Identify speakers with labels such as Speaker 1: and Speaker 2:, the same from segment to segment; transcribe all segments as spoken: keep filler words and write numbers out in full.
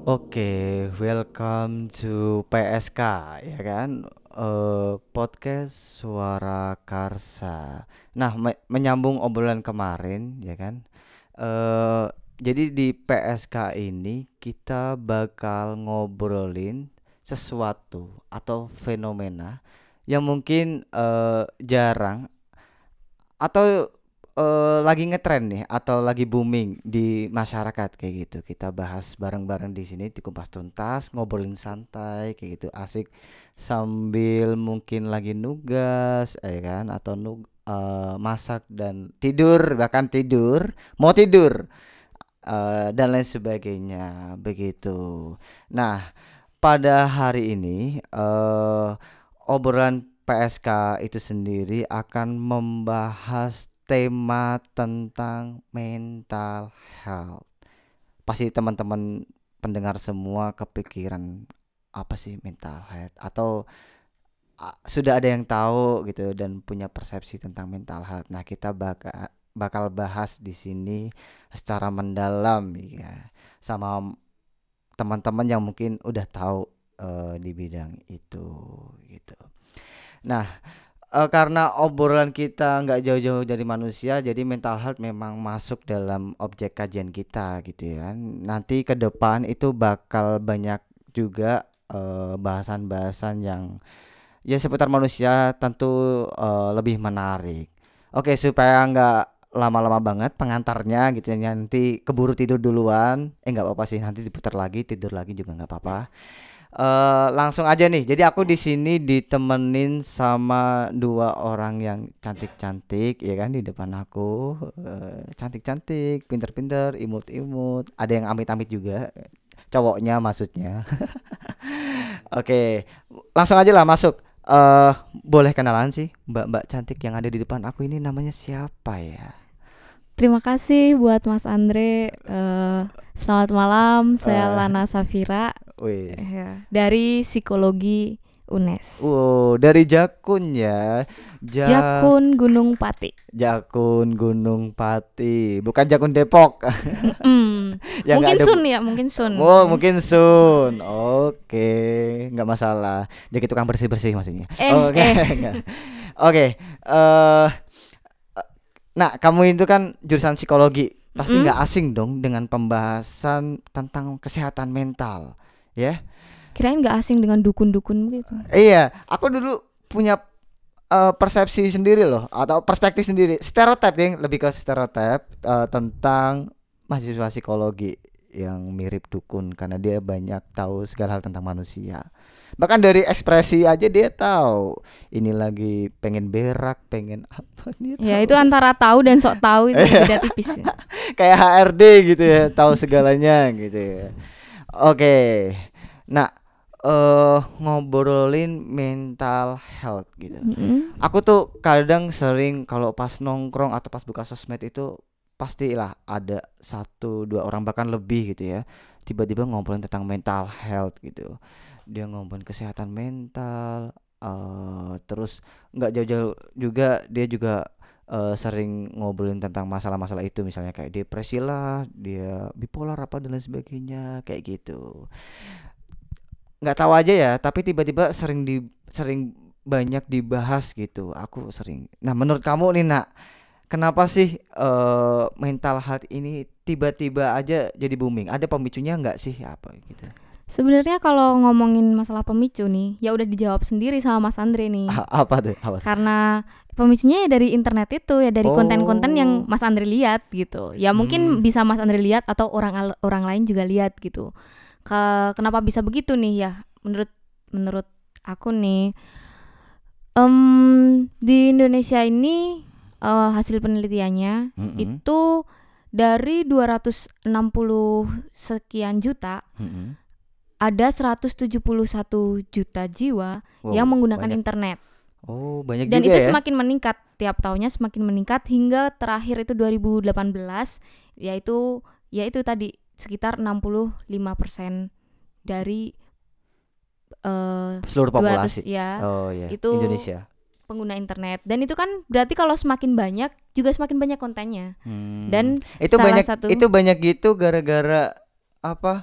Speaker 1: Oke, welcome to P S K ya kan? Eh, podcast Suara Karsa. Nah, me- menyambung obrolan kemarin ya kan? Eh, jadi di P S K ini kita bakal ngobrolin sesuatu atau fenomena yang mungkin eh, jarang atau eh, lagi ngetren nih atau lagi booming di masyarakat kayak gitu. Kita bahas bareng-bareng di sini di Kupas Tuntas, ngobrolin santai kayak gitu, asik sambil mungkin lagi nugas, ya kan, atau nug eh, masak dan tidur, bahkan tidur, mau tidur eh, dan lain sebagainya begitu. Nah, pada hari ini eh obrolan P S K itu sendiri akan membahas tema tentang mental health. Pasti teman-teman pendengar semua kepikiran apa sih mental health atau ah, sudah ada yang tahu gitu dan punya persepsi tentang mental health. Nah, kita bakal bakal bahas di sini secara mendalam ya sama teman-teman yang mungkin udah tahu eh, di bidang itu gitu. Nah, eh, karena obrolan kita nggak jauh-jauh dari manusia, jadi mental health memang masuk dalam objek kajian kita gitu ya. Nanti ke depan itu bakal banyak juga eh, bahasan-bahasan yang ya seputar manusia tentu eh, lebih menarik. Oke, supaya nggak lama-lama banget pengantarnya gitu ya, nanti keburu tidur duluan. Eh nggak apa-apa sih, nanti diputar lagi tidur lagi juga nggak apa-apa. Eh, langsung aja nih. Jadi aku di sini ditemenin sama dua orang yang cantik-cantik ya kan di depan aku. Eh, cantik-cantik, pinter-pinter, imut-imut. Ada yang amit-amit juga. Cowoknya maksudnya. Oke, langsung aja lah masuk. Eh, boleh kenalan sih, Mbak-mbak cantik yang ada di depan aku ini namanya siapa ya?
Speaker 2: Terima kasih buat Mas Andre. Eh, selamat malam, saya
Speaker 1: Eh,
Speaker 2: Lana Safira
Speaker 1: wis.
Speaker 2: ya, dari Psikologi U N E S.
Speaker 1: Wow, dari Jakun ya. Ja
Speaker 2: Jakun Gunung Pati.
Speaker 1: Jakun Gunung Pati, bukan Jakun Depok.
Speaker 2: Mm-mm.
Speaker 1: Yang nggak
Speaker 2: Mungkin
Speaker 1: ada
Speaker 2: Sun
Speaker 1: bu-
Speaker 2: ya, mungkin Sun.
Speaker 1: Oh, mungkin Sun. Oke, nggak masalah. Jadi tukang bersih-bersih maksudnya.
Speaker 2: Eh,
Speaker 1: Oke,
Speaker 2: eh.
Speaker 1: nggak. Oke. eh nah, kamu itu kan jurusan psikologi. Pasti
Speaker 2: Mm-mm.
Speaker 1: nggak asing dong dengan pembahasan tentang kesehatan mental, ya?
Speaker 2: Kirain nggak asing dengan dukun-dukun gitu.
Speaker 1: Iya, aku dulu punya eh, persepsi sendiri loh atau perspektif sendiri, stereotip yang lebih ke stereotip eh, tentang mahasiswa psikologi yang mirip dukun karena dia banyak tahu segala hal tentang manusia. Bahkan dari ekspresi aja dia tahu ini lagi pengen berak, pengen apa dia
Speaker 2: Ya
Speaker 1: tahu.
Speaker 2: itu antara tahu dan sok tahu itu beda tipis.
Speaker 1: Kayak H R D gitu ya, tahu segalanya gitu ya. Oke. Nah, eh ngobrolin mental health gitu.
Speaker 2: Mm-mm.
Speaker 1: Aku tuh kadang sering kalau pas nongkrong atau pas buka sosmed itu pastilah ada satu dua orang bahkan lebih gitu ya. Tiba-tiba ngobrolin tentang mental health gitu. Dia ngomongin kesehatan mental, eh terus nggak jauh-jauh juga dia juga eh, sering ngobrolin tentang masalah-masalah itu misalnya kayak depresi lah, dia bipolar apa dan lain sebagainya kayak gitu. Nggak tahu aja ya, tapi tiba-tiba sering di sering banyak dibahas gitu. Aku sering. Nah, menurut kamu nih, Nak, kenapa sih eh, mental health ini tiba-tiba aja jadi booming? Ada pemicunya nggak sih apa gitu?
Speaker 2: Sebenarnya kalau ngomongin masalah pemicu nih, ya udah dijawab sendiri sama Mas Andre nih.
Speaker 1: A- apa tuh? Apa tuh?
Speaker 2: Karena pemicunya ya dari internet itu, ya dari konten-konten yang
Speaker 1: Oh.
Speaker 2: Mas Andre lihat gitu. Ya
Speaker 1: Hmm.
Speaker 2: mungkin bisa Mas Andre lihat atau orang al- orang lain juga lihat gitu. Ke, kenapa bisa begitu nih ya? Menurut menurut aku nih, em, di Indonesia ini eh, hasil penelitiannya
Speaker 1: Mm-mm.
Speaker 2: itu dari dua ratus enam puluh sekian juta
Speaker 1: Mm-mm.
Speaker 2: ada seratus tujuh puluh satu juta jiwa yang
Speaker 1: Wow,
Speaker 2: menggunakan
Speaker 1: banyak.
Speaker 2: internet.
Speaker 1: Oh, banyak
Speaker 2: Dan
Speaker 1: juga
Speaker 2: itu
Speaker 1: ya.
Speaker 2: semakin meningkat tiap tahunnya, semakin meningkat hingga terakhir itu dua ribu delapan belas, yaitu yaitu tadi sekitar enam puluh lima persen dari eh
Speaker 1: Seluruh
Speaker 2: dua ratus
Speaker 1: populasi.
Speaker 2: ya
Speaker 1: Oh ya,
Speaker 2: itu
Speaker 1: Indonesia.
Speaker 2: pengguna internet. Dan itu kan berarti kalau semakin banyak juga semakin banyak kontennya.
Speaker 1: Hmm.
Speaker 2: Dan
Speaker 1: Itu
Speaker 2: salah
Speaker 1: banyak
Speaker 2: satu
Speaker 1: itu banyak gitu gara-gara apa?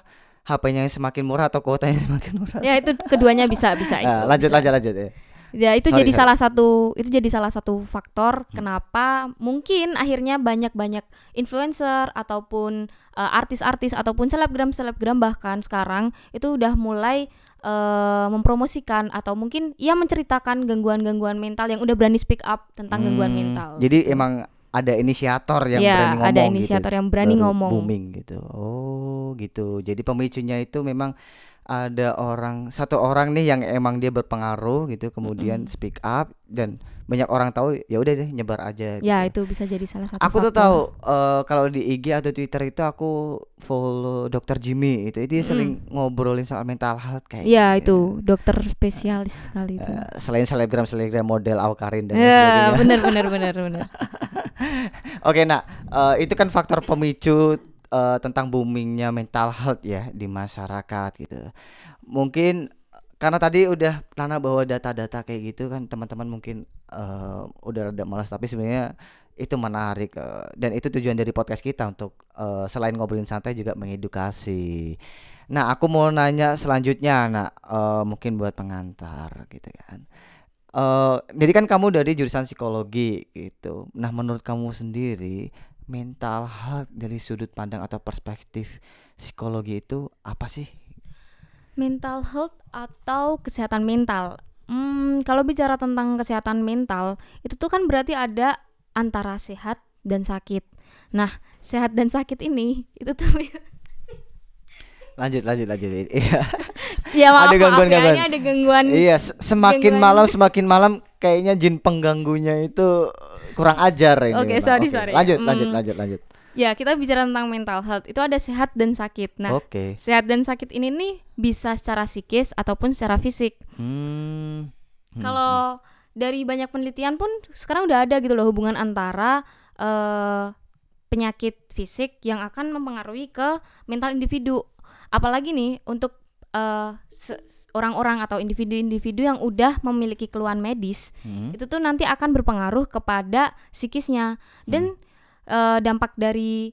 Speaker 1: H P-nya semakin murah atau kuotanya semakin murah?
Speaker 2: Ya itu keduanya bisa bisa itu.
Speaker 1: Ah, lanjut
Speaker 2: bisa.
Speaker 1: lanjut lanjut ya.
Speaker 2: Ya itu
Speaker 1: Sorry,
Speaker 2: jadi
Speaker 1: sorry.
Speaker 2: salah satu itu jadi salah satu faktor
Speaker 1: Hmm.
Speaker 2: kenapa mungkin akhirnya banyak-banyak influencer ataupun uh, artis-artis ataupun selebgram-selebgram bahkan sekarang itu udah mulai uh, mempromosikan atau mungkin ya menceritakan gangguan-gangguan mental yang udah berani speak up tentang gangguan
Speaker 1: Hmm,
Speaker 2: mental.
Speaker 1: jadi
Speaker 2: gitu.
Speaker 1: emang ada inisiator yang
Speaker 2: Ya,
Speaker 1: berani
Speaker 2: ada
Speaker 1: ngomong gitu,
Speaker 2: inisiator yang berani
Speaker 1: baru
Speaker 2: ngomong.
Speaker 1: booming gitu. Oh gitu. Jadi pemicunya itu memang ada orang satu orang nih yang emang dia berpengaruh gitu, kemudian
Speaker 2: Mm-mm.
Speaker 1: speak up dan banyak orang tahu, ya udah deh nyebar aja
Speaker 2: Ya,
Speaker 1: gitu.
Speaker 2: itu bisa jadi salah satu
Speaker 1: Aku tuh
Speaker 2: faktor.
Speaker 1: tahu eh, kalau di I G atau Twitter itu aku follow dokter Jimmy itu, dia
Speaker 2: Mm-mm.
Speaker 1: sering ngobrolin soal mental health kayak
Speaker 2: Ya,
Speaker 1: gitu.
Speaker 2: itu dokter spesialis sekali itu.
Speaker 1: Eh, selain selebgram selebgram model Awkarin dan lain
Speaker 2: Ya,
Speaker 1: sebagainya.
Speaker 2: benar benar benar benar.
Speaker 1: Oke, nah eh, itu kan faktor pemicu eh, tentang boomingnya mental health ya di masyarakat gitu. Mungkin karena tadi udah Lana bawa data-data kayak gitu kan, teman-teman mungkin eh, udah rada malas, tapi sebenarnya itu menarik eh, dan itu tujuan dari podcast kita untuk eh, selain ngobrolin santai juga mengedukasi. Nah, aku mau nanya selanjutnya, nah eh, mungkin buat pengantar gitu kan. Eh, jadi kan kamu dari jurusan psikologi gitu. Nah, menurut kamu sendiri mental health dari sudut pandang atau perspektif psikologi itu apa sih?
Speaker 2: Mental health atau kesehatan mental. Hmm, kalau bicara tentang kesehatan mental, itu tuh kan berarti ada antara sehat dan sakit. Nah, sehat dan sakit ini itu tuh
Speaker 1: Lanjut, lanjut, lanjut. Iya.
Speaker 2: ya maaf
Speaker 1: Ada
Speaker 2: maaf ya,
Speaker 1: gangguan-gangguan.
Speaker 2: ini ada gangguan
Speaker 1: Iya, se- semakin
Speaker 2: gangguan.
Speaker 1: malam semakin malam kayaknya jin pengganggunya itu kurang ajar ini
Speaker 2: Oke,
Speaker 1: memang.
Speaker 2: sorry
Speaker 1: Oke,
Speaker 2: sorry.
Speaker 1: lanjut, lanjut,
Speaker 2: Hmm,
Speaker 1: lanjut, lanjut.
Speaker 2: ya, kita bicara tentang mental health. Itu ada sehat dan sakit. Nah,
Speaker 1: Oke.
Speaker 2: sehat dan sakit ini nih bisa secara psikis ataupun secara fisik.
Speaker 1: Hmm. Hmm, hmm.
Speaker 2: Kalau dari banyak penelitian pun sekarang udah ada gitu loh hubungan antara eh, penyakit fisik yang akan mempengaruhi ke mental individu. Apalagi nih untuk eh, se- orang-orang atau individu-individu yang udah memiliki keluhan medis,
Speaker 1: Hmm.
Speaker 2: itu tuh nanti akan berpengaruh kepada psikisnya. Dan eh, dampak dari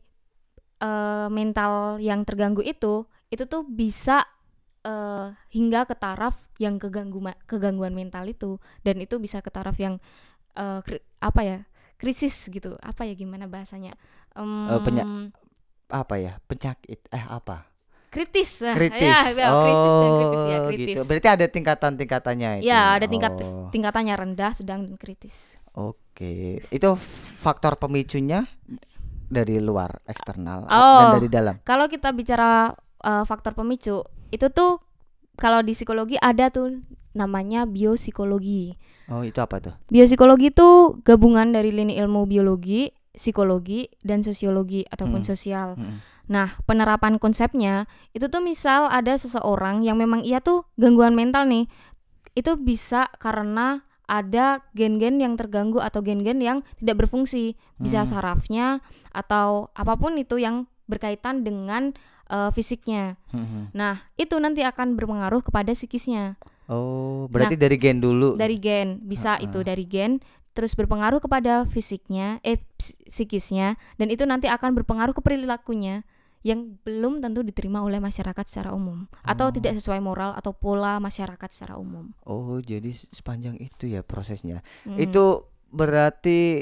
Speaker 2: eh, mental yang terganggu itu, itu tuh bisa eh, hingga ke taraf yang keganggu kegangguan mental itu, dan itu bisa ke taraf yang eh, kri- apa ya krisis gitu, apa ya gimana bahasanya.
Speaker 1: Eh, penya-
Speaker 2: Em,
Speaker 1: apa ya? Penyakit eh apa?
Speaker 2: kritis nah,
Speaker 1: Kritis.
Speaker 2: ya, ya, krisis dan kritis ya
Speaker 1: Oh,
Speaker 2: kritis
Speaker 1: gitu. Berarti ada tingkatan-tingkatannya itu
Speaker 2: ya
Speaker 1: ya.
Speaker 2: ada tingkat
Speaker 1: Oh,
Speaker 2: tingkatannya rendah, sedang, dan kritis.
Speaker 1: oke. Itu faktor pemicunya dari luar, eksternal, a- dan
Speaker 2: Oh,
Speaker 1: dari dalam.
Speaker 2: kalau kita bicara eh, faktor pemicu itu tuh kalau di psikologi ada tuh namanya biopsikologi.
Speaker 1: Oh, itu apa tuh?
Speaker 2: Biopsikologi itu gabungan dari lini ilmu biologi, psikologi, dan sosiologi ataupun
Speaker 1: Mm-mm.
Speaker 2: sosial.
Speaker 1: Mm-mm.
Speaker 2: Nah, penerapan konsepnya itu tuh misal ada seseorang yang memang ia tuh gangguan mental nih. Itu bisa karena ada gen-gen yang terganggu atau gen-gen yang tidak berfungsi. Bisa
Speaker 1: Hmm.
Speaker 2: sarafnya atau apapun itu yang berkaitan dengan eh, fisiknya.
Speaker 1: Mm-mm.
Speaker 2: Nah, itu nanti akan berpengaruh kepada psikisnya.
Speaker 1: Oh, berarti dari gen dulu.
Speaker 2: Dari gen, bisa
Speaker 1: Heeh.
Speaker 2: itu dari gen terus berpengaruh kepada fisiknya, eh ps- psikisnya, dan itu nanti akan berpengaruh ke perilakunya yang belum tentu diterima oleh masyarakat secara umum atau
Speaker 1: Oh.
Speaker 2: tidak sesuai moral atau pola masyarakat secara umum.
Speaker 1: Oh, jadi s- sepanjang itu ya prosesnya.
Speaker 2: Mm.
Speaker 1: Itu berarti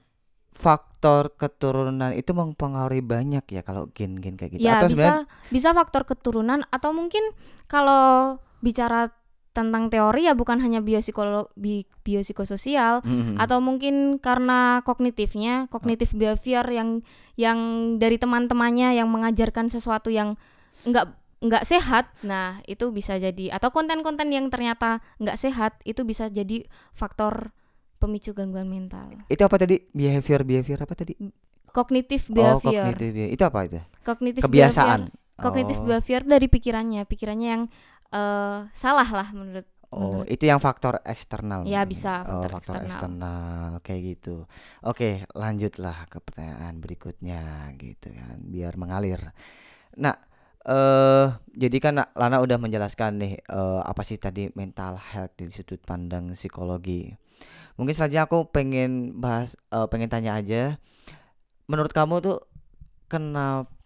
Speaker 1: faktor keturunan itu mempengaruhi banyak ya kalau gen-gen kayak gitu.
Speaker 2: Ya,
Speaker 1: Atau
Speaker 2: bisa
Speaker 1: sebenarnya
Speaker 2: bisa faktor keturunan atau mungkin kalau bicara tentang teori ya bukan hanya biopsikolo bi, biopsikososial
Speaker 1: Mm-mm.
Speaker 2: atau mungkin karena kognitifnya, kognitif behavior yang yang dari teman-temannya yang mengajarkan sesuatu yang enggak enggak sehat. Nah, itu bisa jadi atau konten-konten yang ternyata enggak sehat itu bisa jadi faktor pemicu gangguan mental.
Speaker 1: itu apa tadi? Behavior behavior apa tadi?
Speaker 2: Kognitif
Speaker 1: Oh,
Speaker 2: behavior.
Speaker 1: kognitif behavior. Itu apa itu?
Speaker 2: Kognitif
Speaker 1: Kebiasaan.
Speaker 2: behavior. Kognitif
Speaker 1: Oh.
Speaker 2: behavior dari pikirannya, pikirannya yang eh, salah lah menurut
Speaker 1: Oh,
Speaker 2: menurut
Speaker 1: itu yang faktor eksternal.
Speaker 2: Ya,
Speaker 1: mungkin.
Speaker 2: bisa
Speaker 1: Oh,
Speaker 2: faktor
Speaker 1: faktor
Speaker 2: eksternal.
Speaker 1: eksternal kayak gitu. Oke, lanjutlah ke pertanyaan berikutnya gitu kan, biar mengalir. Nah, eh jadi kan Lana udah menjelaskan nih eh, apa sih tadi mental health dari sudut pandang psikologi. Mungkin selanjutnya aku pengen bahas, eh, pengen tanya aja, menurut kamu tuh kenapa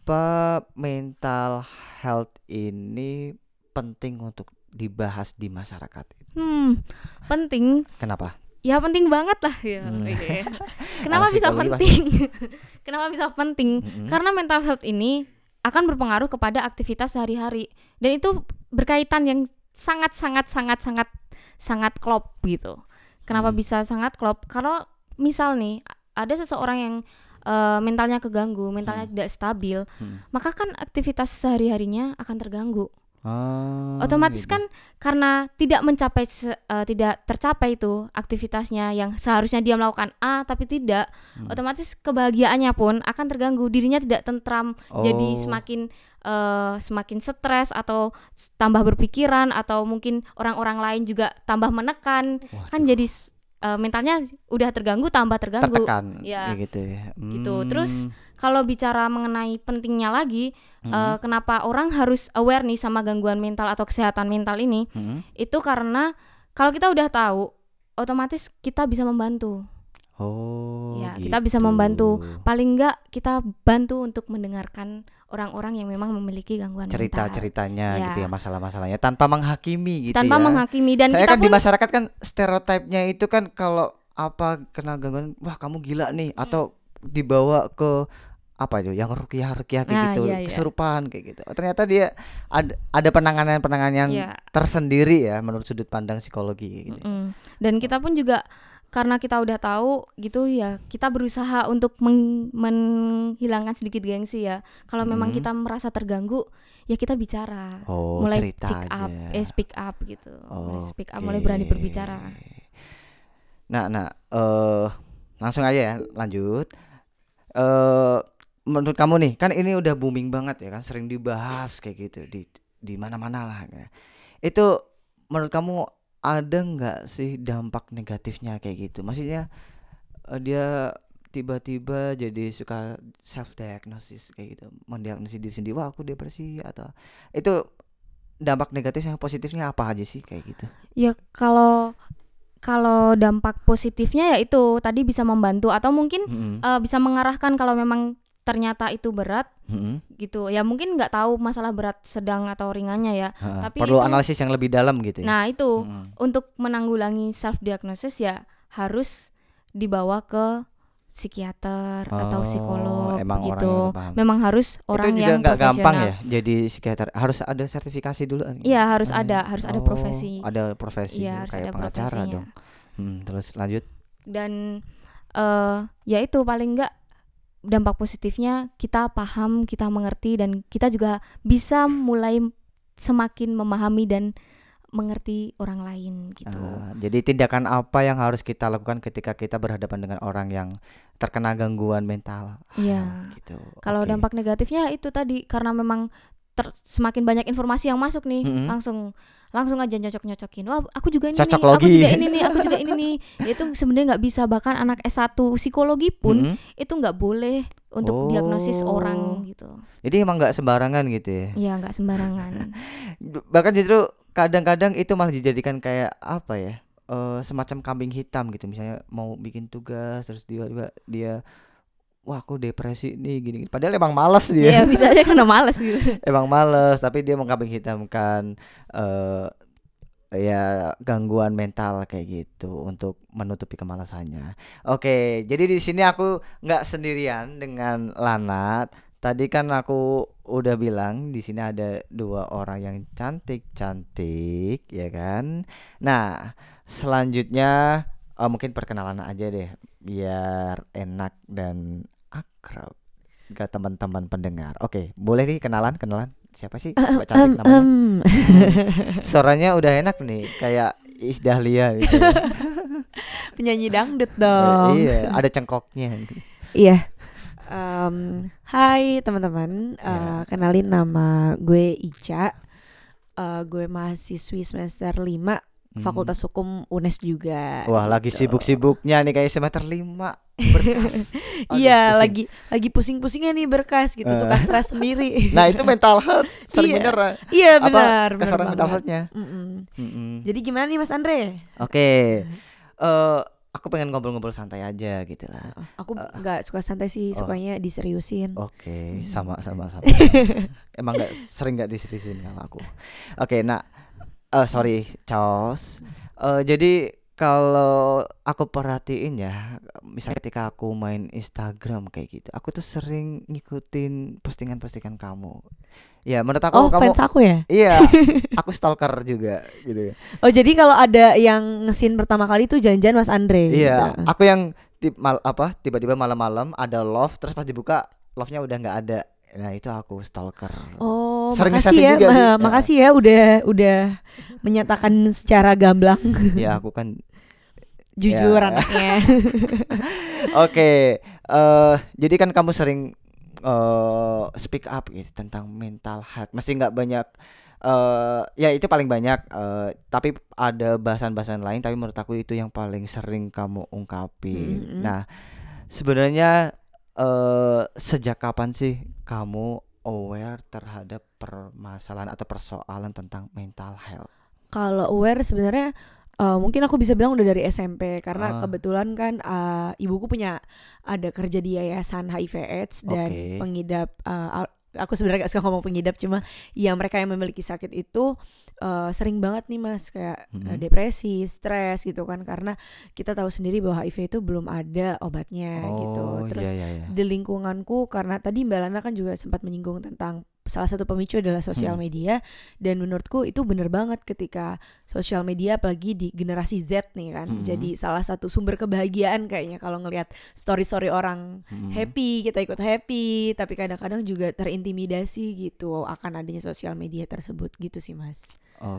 Speaker 1: kenapa mental health ini penting untuk dibahas di masyarakat?
Speaker 2: Hmm, penting.
Speaker 1: Kenapa?
Speaker 2: Ya penting banget lah ya.
Speaker 1: Hmm.
Speaker 2: Iya. Kenapa
Speaker 1: Anak
Speaker 2: bisa
Speaker 1: psikologi
Speaker 2: penting? Kenapa bisa penting?
Speaker 1: Mm-mm.
Speaker 2: Karena mental health ini akan berpengaruh kepada aktivitas sehari-hari dan itu berkaitan yang sangat sangat sangat sangat sangat klop gitu. Kenapa
Speaker 1: Hmm.
Speaker 2: bisa sangat klop? Kalau misal nih ada seseorang yang eh, mentalnya keganggu, mentalnya
Speaker 1: Hmm.
Speaker 2: tidak stabil,
Speaker 1: Hmm.
Speaker 2: maka kan aktivitas sehari-harinya akan terganggu.
Speaker 1: Oh,
Speaker 2: Otomatis
Speaker 1: gitu.
Speaker 2: kan karena tidak mencapai se- eh, tidak tercapai itu aktivitasnya yang seharusnya dia melakukan A tapi tidak,
Speaker 1: Hmm.
Speaker 2: otomatis kebahagiaannya pun akan terganggu, dirinya tidak tentram, jadi
Speaker 1: Oh.
Speaker 2: semakin eh, semakin stres atau s- tambah berpikiran atau mungkin orang-orang lain juga tambah menekan, kan
Speaker 1: Waduh.
Speaker 2: jadi s- eh, mentalnya udah terganggu tambah terganggu.
Speaker 1: Tertekan
Speaker 2: Ya,
Speaker 1: ya gitu ya.
Speaker 2: gitu.
Speaker 1: Hmm.
Speaker 2: Terus kalau bicara mengenai pentingnya lagi,
Speaker 1: Hmm.
Speaker 2: eh, kenapa orang harus aware nih sama gangguan mental atau kesehatan mental ini?
Speaker 1: Hmm.
Speaker 2: Itu karena kalau kita udah tahu, otomatis kita bisa membantu.
Speaker 1: Oh,
Speaker 2: Ya,
Speaker 1: gitu.
Speaker 2: kita bisa membantu. Paling enggak kita bantu untuk mendengarkan orang-orang yang memang memiliki gangguan mental.
Speaker 1: Cerita-ceritanya
Speaker 2: Ya.
Speaker 1: gitu ya, masalah-masalahnya tanpa menghakimi gitu
Speaker 2: Tanpa
Speaker 1: ya.
Speaker 2: menghakimi dan
Speaker 1: Saya
Speaker 2: kita
Speaker 1: kan di
Speaker 2: pun
Speaker 1: masyarakat kan stereotipnya itu kan kalau apa kena gangguan, wah kamu gila nih, atau dibawa ke apa itu yang rukiah-rukiah kayak
Speaker 2: Nah,
Speaker 1: gitu,
Speaker 2: iya, iya.
Speaker 1: kesurupan kayak gitu. Oh, ternyata dia ada ada penanganan-penanganan yang
Speaker 2: ya,
Speaker 1: tersendiri ya menurut sudut pandang psikologi gitu.
Speaker 2: mm-mm. Dan kita pun juga karena kita udah tahu gitu ya, kita berusaha untuk meng- menghilangkan sedikit gengsi ya. Kalau memang
Speaker 1: Mm.
Speaker 2: kita merasa terganggu, ya kita bicara.
Speaker 1: Oh,
Speaker 2: mulai
Speaker 1: cerita
Speaker 2: speak up,
Speaker 1: aja.
Speaker 2: eh speak up gitu. Mulai speak up,
Speaker 1: Oke.
Speaker 2: mulai berani berbicara.
Speaker 1: Nah, nah, eh langsung aja ya, lanjut. Eh menurut kamu nih, kan ini udah booming banget ya kan, sering dibahas kayak gitu di di mana-mana lah. Ya. Itu menurut kamu ada nggak sih dampak negatifnya kayak gitu? Maksudnya eh, dia tiba-tiba jadi suka self diagnosis kayak gitu, mendiagnosis diri sendiri, wah aku depresi, atau itu dampak negatifnya, positifnya apa aja sih kayak gitu?
Speaker 2: Ya kalau kalau dampak positifnya ya itu tadi bisa membantu atau mungkin
Speaker 1: Mm-mm.
Speaker 2: eh, bisa mengarahkan kalau memang ternyata itu berat
Speaker 1: Mm-mm.
Speaker 2: gitu. Ya mungkin nggak tahu masalah berat, sedang atau ringannya ya.
Speaker 1: Ha,
Speaker 2: Tapi
Speaker 1: perlu
Speaker 2: itu-
Speaker 1: analisis yang lebih dalam gitu ya.
Speaker 2: Nah, itu
Speaker 1: Mm-mm.
Speaker 2: untuk menanggulangi self diagnosis ya harus dibawa ke psikiater atau
Speaker 1: Oh,
Speaker 2: psikolog
Speaker 1: emang orang
Speaker 2: begitu.
Speaker 1: yang udah paham.
Speaker 2: Memang harus orang
Speaker 1: itu juga
Speaker 2: yang
Speaker 1: nggak gampang
Speaker 2: profesional.
Speaker 1: ya jadi psikiater, harus ada sertifikasi dulu.
Speaker 2: Iya, harus
Speaker 1: Oh,
Speaker 2: ada,
Speaker 1: iya.
Speaker 2: harus ada
Speaker 1: Oh,
Speaker 2: profesi.
Speaker 1: ada profesi
Speaker 2: Iya, harus
Speaker 1: kayak
Speaker 2: ada
Speaker 1: pengacara
Speaker 2: profesinya.
Speaker 1: dong. Hmm, terus lanjut.
Speaker 2: Dan eh ya itu paling enggak dampak positifnya kita paham, kita mengerti dan kita juga bisa mulai semakin memahami dan mengerti orang lain gitu.
Speaker 1: Ah, jadi tindakan apa yang harus kita lakukan ketika kita berhadapan dengan orang yang terkena gangguan mental?
Speaker 2: Iya.
Speaker 1: Ah, gitu.
Speaker 2: Kalau
Speaker 1: Oke.
Speaker 2: dampak negatifnya itu tadi karena memang ter- semakin banyak informasi yang masuk nih,
Speaker 1: Mm-mm.
Speaker 2: langsung langsung aja nyocok-nyocokin. Wah, aku juga ini
Speaker 1: Cocok
Speaker 2: nih, aku
Speaker 1: logi.
Speaker 2: juga ini nih, aku juga ini nih. Ya itu sebenarnya nggak bisa, bahkan anak S satu psikologi pun
Speaker 1: Mm-mm.
Speaker 2: itu nggak boleh untuk
Speaker 1: Oh.
Speaker 2: diagnosis orang gitu.
Speaker 1: Jadi emang nggak sembarangan gitu ya.
Speaker 2: Iya, nggak sembarangan.
Speaker 1: Bahkan justru kadang-kadang itu malah dijadikan kayak apa ya, eh, semacam kambing hitam gitu. Misalnya mau bikin tugas terus dia juga dia wah aku depresi nih gini, gini. Padahal emang malas dia.
Speaker 2: Iya, bisa aja karena males gitu.
Speaker 1: Emang males tapi dia mau kambing hitamkan eh ya gangguan mental kayak gitu untuk menutupi kemalasannya. Oke, jadi di sini aku nggak sendirian dengan Lana. Tadi kan aku udah bilang di sini ada dua orang yang cantik-cantik, ya kan? Nah, selanjutnya eh, mungkin perkenalan aja deh, biar enak dan akrab ke teman-teman pendengar. Oke, boleh nih kenalan, kenalan. Siapa sih Mbak cantik namanya? Hmm, suaranya udah enak nih, kayak Iis Dahlia gitu.
Speaker 3: Penyanyi dangdut
Speaker 1: Eh,
Speaker 3: dong.
Speaker 1: iya, ada cengkoknya.
Speaker 3: Iya. Em, hai teman-teman,
Speaker 1: Ya.
Speaker 3: Eh, kenalin nama gue Ica. Eh, gue mahasiswi semester lima
Speaker 1: Hmm.
Speaker 3: Fakultas Hukum U N E S juga.
Speaker 1: Wah, lagi
Speaker 3: gitu.
Speaker 1: sibuk-sibuknya nih kayak semester lima berkas. Aduh,
Speaker 3: Iya,
Speaker 1: pusing.
Speaker 3: lagi lagi pusing-pusingnya nih berkas gitu,
Speaker 1: Eh.
Speaker 3: suka stres sendiri.
Speaker 1: Nah, itu mental health sering
Speaker 3: Iya.
Speaker 1: bener.
Speaker 3: Iya,
Speaker 1: Apa
Speaker 3: benar, benar
Speaker 1: kasaran mental
Speaker 3: banget.
Speaker 1: health-nya.
Speaker 3: Mm-mm.
Speaker 1: Mm-mm.
Speaker 3: Jadi gimana nih Mas Andre?
Speaker 1: Oke. Eh aku pengen ngobrol-ngobrol santai aja gitu lah.
Speaker 3: Uh, aku
Speaker 1: Eh,
Speaker 3: nggak suka santai sih,
Speaker 1: oh.
Speaker 3: sukanya diseriusin.
Speaker 1: Oke,
Speaker 3: Hmm.
Speaker 1: sama sama sama. Emang nggak sering nggak diseriusin kalau aku. Oke, nah, eh sorry, Chaos. Eh jadi kalau aku perhatiin ya, misalnya ketika aku main Instagram kayak gitu, aku tuh sering ngikutin postingan-postingan kamu. Ya, menurut aku
Speaker 3: Oh,
Speaker 1: kamu,
Speaker 3: fans aku ya?
Speaker 1: iya, aku stalker juga gitu ya.
Speaker 3: Oh, jadi kalau ada yang ngesin pertama kali tuh janjian Mas Andre.
Speaker 1: Iya,
Speaker 3: gitu.
Speaker 1: aku yang tip mal apa tiba-tiba malam-malam ada love, terus pas dibuka love-nya udah nggak ada. Nah, itu aku stalker.
Speaker 3: Oh,
Speaker 1: Sering
Speaker 3: makasih
Speaker 1: nge-saving
Speaker 3: ya,
Speaker 1: juga sih.
Speaker 3: ma-
Speaker 1: Ya.
Speaker 3: makasih ya udah udah menyatakan secara gamblang
Speaker 1: Ya, aku kan
Speaker 3: jujur
Speaker 1: Ya.
Speaker 3: anaknya.
Speaker 1: Oke, eh jadi kan kamu sering eh speak up gitu tentang mental health. Mesti nggak banyak, eh ya itu paling banyak. eh tapi ada bahasan-bahasan lain. Tapi menurut aku itu yang paling sering kamu ungkapin.
Speaker 3: Mm-mm.
Speaker 1: Nah, sebenarnya eh sejak kapan sih kamu aware terhadap permasalahan atau persoalan tentang mental health?
Speaker 3: Kalau aware sebenarnya uh, mungkin aku bisa bilang udah dari S M P karena
Speaker 1: Ah.
Speaker 3: kebetulan kan uh, ibuku punya ada kerja di yayasan H I V AIDS dan
Speaker 1: Oke.
Speaker 3: pengidap uh, al- aku sebenarnya gak suka ngomong pengidap, cuma ya mereka yang memiliki sakit itu uh, sering banget nih Mas kayak uh,
Speaker 1: Mhm.
Speaker 3: depresi, stres gitu kan, karena kita tahu sendiri bahwa H I V itu belum ada obatnya gitu.
Speaker 1: Oh,
Speaker 3: Terus
Speaker 1: iya iya iya.
Speaker 3: di lingkunganku, karena tadi Mbak Lana kan juga sempat menyinggung tentang salah satu pemicu adalah sosial
Speaker 1: Hmm.
Speaker 3: media, dan menurutku itu bener banget ketika sosial media apalagi di generasi Z nih kan
Speaker 1: Hmm.
Speaker 3: jadi salah satu sumber kebahagiaan kayaknya kalau ngelihat story-story orang
Speaker 1: Mhm.
Speaker 3: happy, kita ikut happy, tapi kadang-kadang juga terintimidasi gitu akan adanya sosial media tersebut gitu sih Mas.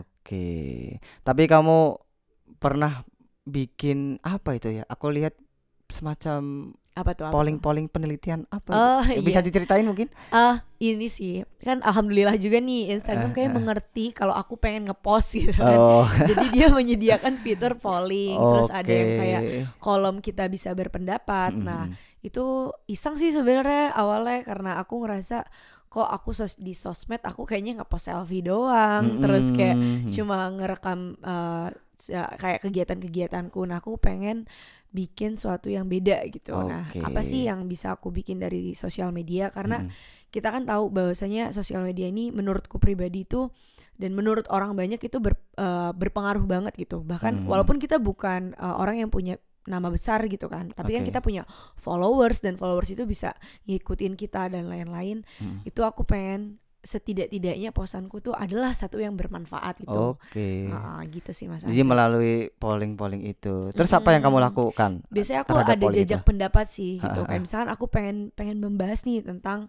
Speaker 1: Oke. Tapi kamu pernah bikin apa itu ya? Aku lihat semacam
Speaker 3: Apa tuh? apa tuh?
Speaker 1: polling-polling penelitian apa
Speaker 3: Oh,
Speaker 1: itu? Bisa
Speaker 3: iya.
Speaker 1: diceritain mungkin?
Speaker 3: Ah, ini sih kan alhamdulillah juga nih Instagram
Speaker 1: Eh,
Speaker 3: kayak
Speaker 1: eh.
Speaker 3: mengerti kalau aku pengen ngepost gitu kan.
Speaker 1: Oh.
Speaker 3: Jadi dia menyediakan fitur polling, terus ada yang kayak
Speaker 1: Oke.
Speaker 3: kolom kita bisa berpendapat.
Speaker 1: Mm-mm.
Speaker 3: Nah, itu iseng sih sebenarnya awalnya karena aku ngerasa kok aku sos- di sosmed aku kayaknya ngepost selfie doang, terus kayak
Speaker 1: Mm-mm.
Speaker 3: cuma ngerekam eh, se- kayak kegiatan-kegiatanku. Nah, aku pengen bikin sesuatu yang beda gitu. Nah,
Speaker 1: Oke.
Speaker 3: apa sih yang bisa aku bikin dari sosial media? Karena
Speaker 1: Mm-mm.
Speaker 3: kita kan tahu bahwasanya sosial media ini menurutku pribadi itu dan menurut orang banyak itu ber- eh, berpengaruh banget gitu. Bahkan
Speaker 1: Mhm.
Speaker 3: walaupun kita bukan eh, orang yang punya nama besar gitu kan, tapi kan
Speaker 1: Oke.
Speaker 3: kita punya followers dan followers itu bisa ngikutin kita dan lain-lain.
Speaker 1: Mm.
Speaker 3: Itu aku pengen setidak-tidaknya posanku tuh adalah satu yang bermanfaat gitu.
Speaker 1: Oke.
Speaker 3: Ah, gitu sih Mas.
Speaker 1: Jadi
Speaker 3: Andre.
Speaker 1: melalui polling-polling itu. Terus apa yang kamu
Speaker 3: Mm-mm.
Speaker 1: lakukan?
Speaker 3: Biasanya aku
Speaker 1: terhadap
Speaker 3: ada
Speaker 1: polling
Speaker 3: jajak
Speaker 1: itu?
Speaker 3: pendapat sih gitu.
Speaker 1: Ha, ha,
Speaker 3: Kayak
Speaker 1: ha.
Speaker 3: misalkan aku pengen pengen membahas nih tentang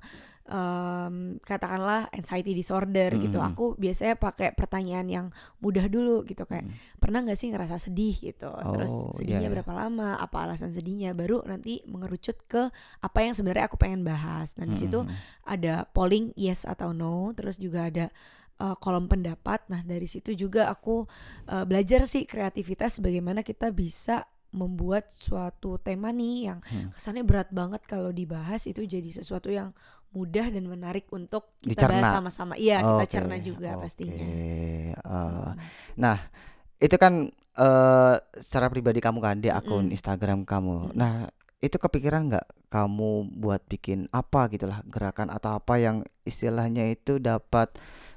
Speaker 3: em, katakanlah anxiety disorder gitu.
Speaker 1: Mm-mm.
Speaker 3: Aku biasanya pakai pertanyaan yang mudah dulu gitu kayak
Speaker 1: Mm.
Speaker 3: pernah nggak sih ngerasa sedih gitu. Terus
Speaker 1: Oh,
Speaker 3: sedihnya
Speaker 1: iya, iya.
Speaker 3: berapa lama? Apa alasan sedihnya? Baru nanti mengerucut ke apa yang sebenarnya aku pengen bahas. Nah di situ
Speaker 1: Mm-mm.
Speaker 3: ada polling yes atau no. Terus juga ada uh, kolom pendapat. Nah dari situ juga aku uh, belajar sih kreativitas bagaimana kita bisa membuat suatu tema nih yang
Speaker 1: Hmm.
Speaker 3: kesannya berat banget kalau dibahas itu jadi sesuatu yang mudah dan menarik untuk kita
Speaker 1: Dicerna.
Speaker 3: bahas sama-sama. Iya kita
Speaker 1: Oke,
Speaker 3: cerna juga
Speaker 1: oke.
Speaker 3: pastinya.
Speaker 1: Eh,
Speaker 3: Hmm.
Speaker 1: Nah, itu kan eh secara pribadi kamu kan di akun
Speaker 3: Mm-mm.
Speaker 1: Instagram kamu.
Speaker 3: Mm-mm.
Speaker 1: Nah, itu kepikiran nggak kamu buat bikin apa gitulah gerakan atau apa yang istilahnya itu dapat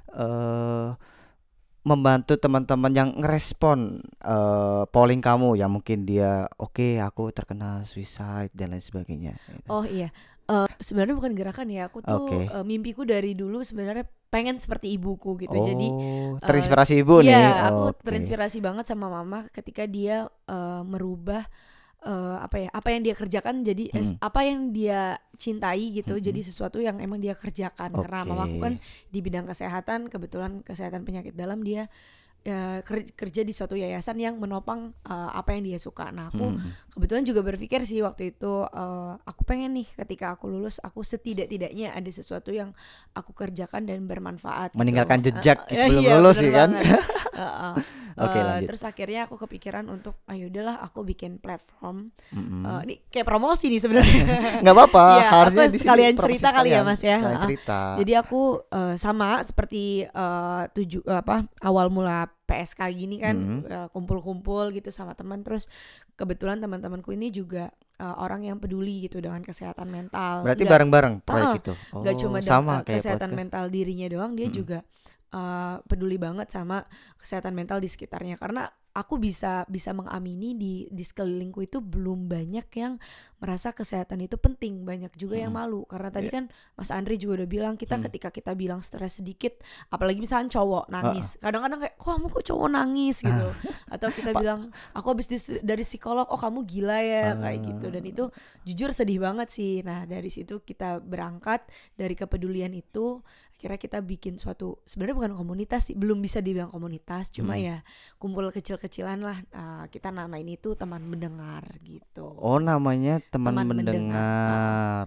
Speaker 1: eh membantu teman-teman yang ngerespon eh polling kamu yang mungkin dia oke aku terkena suicide dan lain sebagainya. gitu.
Speaker 3: Oh iya, Eh, sebenarnya bukan gerakan ya. Aku tuh
Speaker 1: Oke.
Speaker 3: eh, mimpiku dari dulu sebenarnya pengen seperti ibuku gitu. Jadi
Speaker 1: Oh,
Speaker 3: eh,
Speaker 1: terinspirasi ibu nih.
Speaker 3: iya, aku
Speaker 1: Oke.
Speaker 3: terinspirasi banget sama mama ketika dia eh, merubah eh, apa ya, apa yang dia kerjakan jadi eh,
Speaker 1: Mm.
Speaker 3: apa yang dia cintai gitu,
Speaker 1: Mm-mm.
Speaker 3: jadi sesuatu yang emang dia kerjakan. Karena
Speaker 1: Oke.
Speaker 3: mamaku kan di bidang kesehatan, kebetulan kesehatan penyakit dalam, dia eh, ker- kerja di suatu yayasan yang menopang eh, apa yang dia suka. Nah aku
Speaker 1: Mm.
Speaker 3: kebetulan juga berpikir sih waktu itu eh, aku pengen nih ketika aku lulus aku setidak-tidaknya ada sesuatu yang aku kerjakan dan bermanfaat gitu.
Speaker 1: Meninggalkan
Speaker 3: Eh,
Speaker 1: jejak
Speaker 3: eh,
Speaker 1: sebelum
Speaker 3: iya,
Speaker 1: lulus
Speaker 3: bener
Speaker 1: sih kan.
Speaker 3: banget. Eh, eh.
Speaker 1: Oke,
Speaker 3: Eh,
Speaker 1: lanjut.
Speaker 3: terus akhirnya aku kepikiran untuk ayo udahlah aku bikin platform.
Speaker 1: Mm-mm.
Speaker 3: Eh, ini kayak promosi nih sebenarnya.
Speaker 1: Nggak apa-apa,
Speaker 3: Iya,
Speaker 1: harusnya
Speaker 3: aku
Speaker 1: di sini
Speaker 3: sekalian
Speaker 1: promosi
Speaker 3: cerita kali ya,
Speaker 1: sekalian,
Speaker 3: Mas, ya.
Speaker 1: sekalian
Speaker 3: Ha-ha.
Speaker 1: cerita.
Speaker 3: Jadi aku eh, sama seperti eh, tuju apa awal mula P S K gini kan,
Speaker 1: Mhm.
Speaker 3: eh, kumpul-kumpul gitu sama teman, terus kebetulan teman-temanku ini juga eh, orang yang peduli gitu dengan kesehatan mental.
Speaker 1: Berarti
Speaker 3: Nggak
Speaker 1: bareng-bareng proyek
Speaker 3: Heeh,
Speaker 1: itu.
Speaker 3: nggak cuma
Speaker 1: Oh,
Speaker 3: deng-
Speaker 1: sama
Speaker 3: eh,
Speaker 1: kayak
Speaker 3: kesehatan
Speaker 1: podcast.
Speaker 3: mental dirinya doang, dia
Speaker 1: Mm-mm.
Speaker 3: juga eh, peduli banget sama kesehatan mental di sekitarnya. Karena aku bisa bisa mengamini di di sekelilingku itu belum banyak yang merasa kesehatan itu penting, banyak juga yang
Speaker 1: Mm-mm.
Speaker 3: malu. Karena tadi
Speaker 1: Iya.
Speaker 3: kan Mas Andre juga udah bilang, kita
Speaker 1: Hmm.
Speaker 3: ketika kita bilang stres sedikit, apalagi misalnya cowok
Speaker 1: Heeh.
Speaker 3: nangis, kadang-kadang kayak, kok kamu kok cowok nangis gitu, atau kita
Speaker 1: Pak.
Speaker 3: bilang, aku habis dis- dari psikolog, oh kamu gila ya, kayak gitu. Dan itu jujur sedih banget sih. Nah dari situ kita berangkat dari kepedulian itu, akhirnya kita bikin suatu, sebenarnya bukan komunitas sih, belum bisa dibilang komunitas, cuma
Speaker 1: Mm.
Speaker 3: ya kumpul kecil-kecilan lah. Uh, kita namain itu teman mendengar gitu.
Speaker 1: Oh, namanya teman
Speaker 3: Teman mendengar.
Speaker 1: mendengar.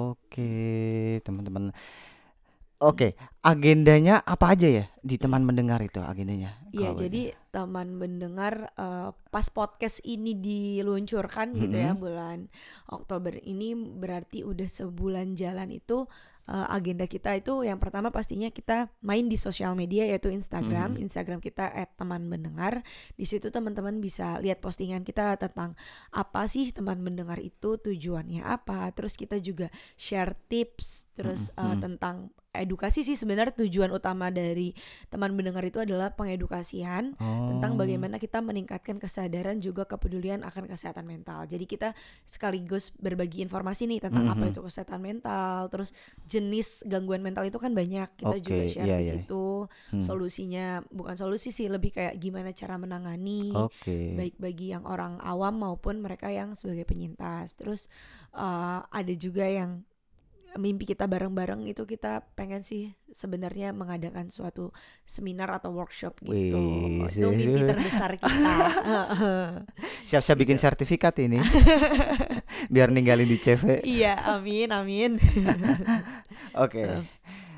Speaker 1: Oke, teman-teman. Oke, agendanya apa aja ya di teman mendengar itu agendanya?
Speaker 3: Iya,
Speaker 1: Kalau
Speaker 3: jadi
Speaker 1: boleh.
Speaker 3: teman mendengar uh, pas podcast ini diluncurkan gitu ya,
Speaker 1: Mm-mm.
Speaker 3: bulan Oktober ini, berarti udah sebulan jalan itu. Uh, agenda kita itu yang pertama pastinya kita main di sosial media, yaitu Instagram.
Speaker 1: Mm-mm.
Speaker 3: Instagram kita et teman mendengar. Di situ teman-teman bisa lihat postingan kita tentang apa sih teman mendengar itu, tujuannya apa. Terus kita juga share tips, terus uh,
Speaker 1: Mm-mm.
Speaker 3: tentang edukasi sih. Sebenarnya tujuan utama dari teman mendengar itu adalah pengedukasian tentang
Speaker 1: Oh.
Speaker 3: bagaimana kita meningkatkan kesadaran juga kepedulian akan kesehatan mental. Jadi kita sekaligus berbagi informasi nih tentang apa
Speaker 1: Mhm.
Speaker 3: itu kesehatan mental, terus jenis gangguan mental itu kan banyak, kita juga
Speaker 1: Oke,
Speaker 3: share
Speaker 1: iya,
Speaker 3: di
Speaker 1: iya.
Speaker 3: situ.
Speaker 1: Hmm.
Speaker 3: Solusinya, bukan solusi sih, lebih kayak gimana cara menangani,
Speaker 1: Oke.
Speaker 3: baik bagi yang orang awam maupun mereka yang sebagai penyintas. Terus uh, ada juga yang mimpi kita bareng-bareng itu, kita pengen sih sebenarnya mengadakan suatu seminar atau workshop gitu.
Speaker 1: Wih,
Speaker 3: Itu
Speaker 1: sih.
Speaker 3: mimpi terbesar kita.
Speaker 1: Siap-siap bikin sertifikat ini. Biar ninggalin di C V.
Speaker 3: Iya, amin, amin.
Speaker 1: Oke.
Speaker 3: Tuh.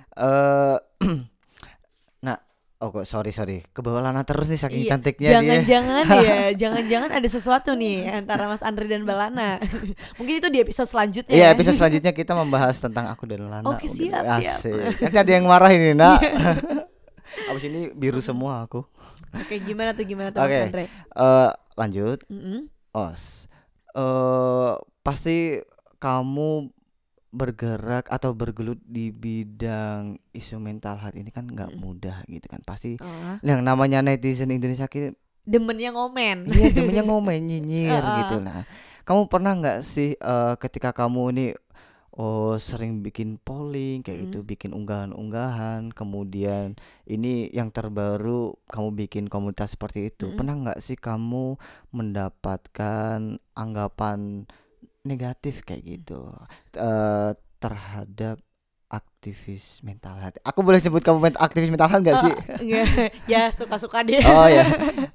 Speaker 1: Eh, nah, oh kok sorry sorry, kebawa Lana terus nih saking
Speaker 3: Iya,
Speaker 1: cantiknya dia.
Speaker 3: jangan-jangan ya, jangan-jangan ada sesuatu nih antara Mas Andre dan Mbak Lana. Mungkin itu di episode selanjutnya
Speaker 1: Iya,
Speaker 3: ya.
Speaker 1: episode selanjutnya kita membahas tentang aku dan Lana.
Speaker 3: Oke,
Speaker 1: Udah,
Speaker 3: siap, siap.
Speaker 1: asik. Nanti ada yang marah ini, Nak. Abis ini biru semua aku.
Speaker 3: Oke, gimana tuh, gimana tuh Mas
Speaker 1: Oke.
Speaker 3: Andre?
Speaker 1: Eh, lanjut.
Speaker 3: Mm-mm.
Speaker 1: Os. Eh, pasti kamu bergerak atau bergelut di bidang isu mental health ini kan nggak
Speaker 3: Mm.
Speaker 1: mudah gitu kan. Pasti
Speaker 3: Oh,
Speaker 1: yang namanya netizen Indonesia kita
Speaker 3: demennya ngomen.
Speaker 1: iya temennya ngomel nyinyir
Speaker 3: Heeh.
Speaker 1: gitu. Nah, kamu pernah nggak sih eh, ketika kamu ini oh sering bikin polling kayak gitu,
Speaker 3: Mm.
Speaker 1: bikin unggahan-unggahan, kemudian ini yang terbaru kamu bikin komunitas seperti itu.
Speaker 3: Mm-mm.
Speaker 1: Pernah nggak sih kamu mendapatkan anggapan negatif kayak gitu eh, terhadap aktivis mental health? Aku boleh sebut kamu men- aktivis mental health nggak sih?
Speaker 3: Enggak, ya suka-suka deh.
Speaker 1: Oh ya,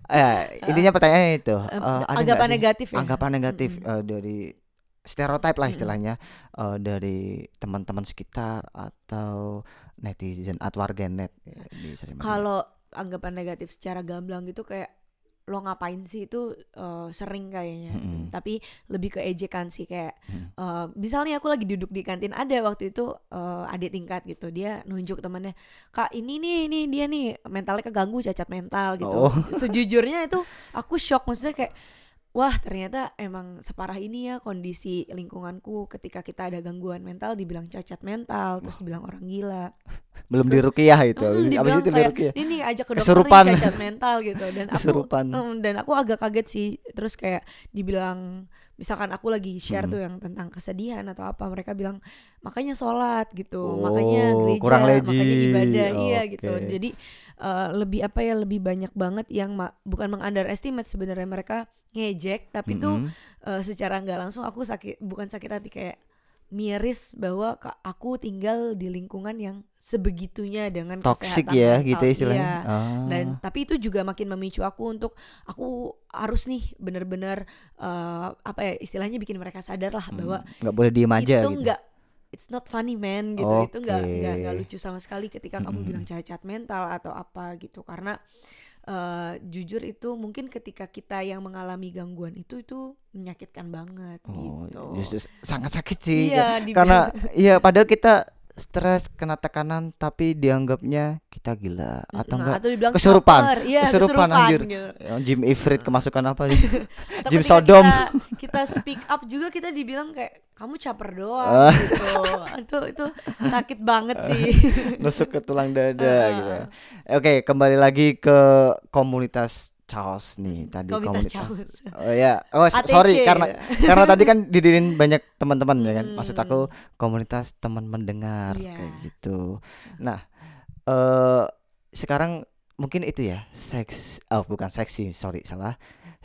Speaker 1: eh, intinya pertanyaannya itu
Speaker 3: Em,
Speaker 1: eh, ada nggak
Speaker 3: anggapan
Speaker 1: sih
Speaker 3: negatif ya.
Speaker 1: anggapan negatif
Speaker 3: Mm-mm.
Speaker 1: eh, dari stereotip lah
Speaker 3: Mm-mm.
Speaker 1: istilahnya eh, dari teman-teman sekitar atau netizen atau warganet ya, di sosial media.
Speaker 3: Kalau anggapan negatif secara gamblang gitu kayak lo ngapain sih, itu uh, sering kayaknya.
Speaker 1: Mm-mm.
Speaker 3: Tapi lebih ke ejekan sih, kayak
Speaker 1: Mm.
Speaker 3: uh, misalnya aku lagi duduk di kantin, ada waktu itu uh, adik tingkat gitu, dia nunjuk temannya, kak ini nih ini dia nih mentalnya keganggu, cacat mental gitu.
Speaker 1: Oh.
Speaker 3: Sejujurnya itu aku shock, maksudnya kayak wah ternyata emang separah ini ya kondisi lingkunganku, ketika kita ada gangguan mental dibilang cacat mental, terus dibilang orang gila.
Speaker 1: Belum
Speaker 3: Terus,
Speaker 1: diruqyah itu.
Speaker 3: Mm,
Speaker 1: Abis
Speaker 3: dibilang
Speaker 1: itu
Speaker 3: kayak
Speaker 1: diruqyah.
Speaker 3: ini nih ajak ke dokter
Speaker 1: Kesurupan.
Speaker 3: nih cacat mental gitu. Dan aku
Speaker 1: Kesurupan.
Speaker 3: mm, dan aku agak kaget sih. Terus kayak dibilang, misalkan aku lagi share
Speaker 1: Mm.
Speaker 3: tuh yang tentang kesedihan atau apa, mereka bilang makanya sholat gitu,
Speaker 1: Oh,
Speaker 3: makanya gereja,
Speaker 1: kurang leji.
Speaker 3: makanya ibadah. Iya gitu.
Speaker 1: Oke.
Speaker 3: Jadi uh, lebih apa ya, lebih banyak banget yang ma- bukan meng-underestimate sebenarnya, mereka ngejek, tapi tuh
Speaker 1: Mm-mm.
Speaker 3: uh, secara nggak langsung aku sakit, bukan sakit hati, kayak miris bahwa ka- aku tinggal di lingkungan yang sebegitunya dengan
Speaker 1: Toxic
Speaker 3: kesehatan
Speaker 1: ya
Speaker 3: mental.
Speaker 1: gitu istilahnya.
Speaker 3: Iya.
Speaker 1: Ah.
Speaker 3: Dan tapi itu juga makin memicu aku untuk aku harus nih benar-benar uh, apa ya istilahnya, bikin mereka sadar lah
Speaker 1: Hmm,
Speaker 3: bahwa
Speaker 1: nggak boleh diem aja
Speaker 3: itu
Speaker 1: gitu.
Speaker 3: enggak, it's not funny man gitu. Itu enggak
Speaker 1: Oke.
Speaker 3: enggak enggak lucu sama sekali ketika kamu
Speaker 1: Mm-mm.
Speaker 3: bilang cacat mental atau apa gitu. Karena uh, jujur itu mungkin ketika kita yang mengalami gangguan itu itu menyakitkan banget
Speaker 1: Oh,
Speaker 3: gitu.
Speaker 1: justru sangat sakit sih.
Speaker 3: Iya, dibilang-
Speaker 1: Karena iya padahal kita stres, kena tekanan tapi dianggapnya kita gila atau
Speaker 3: Nah,
Speaker 1: enggak
Speaker 3: atau dibilang
Speaker 1: kesurupan.
Speaker 3: caper. Iya,
Speaker 1: Kesurupan, anjir.
Speaker 3: gitu.
Speaker 1: Ya, Jim Ifrit kemasukan apa nih?
Speaker 3: Atau
Speaker 1: Jim
Speaker 3: ketika
Speaker 1: Sodom.
Speaker 3: kita, kita speak up juga kita dibilang kayak kamu caper doang
Speaker 1: Ah.
Speaker 3: gitu. Itu itu sakit banget sih.
Speaker 1: Nusuk ke tulang dada
Speaker 3: Ah.
Speaker 1: gitu ya. Oke, kembali lagi ke komunitas Chaos nih tadi
Speaker 3: Komunitas Chaos.
Speaker 1: Oh ya, oh s-
Speaker 3: A T C.
Speaker 1: sorry karena karena tadi kan didirin banyak teman-teman ya kan. Maksud
Speaker 3: Hmm.
Speaker 1: aku komunitas teman mendengar
Speaker 3: Iya.
Speaker 1: kayak gitu. Nah, eh sekarang mungkin itu ya, seks oh bukan seksi, sorry salah.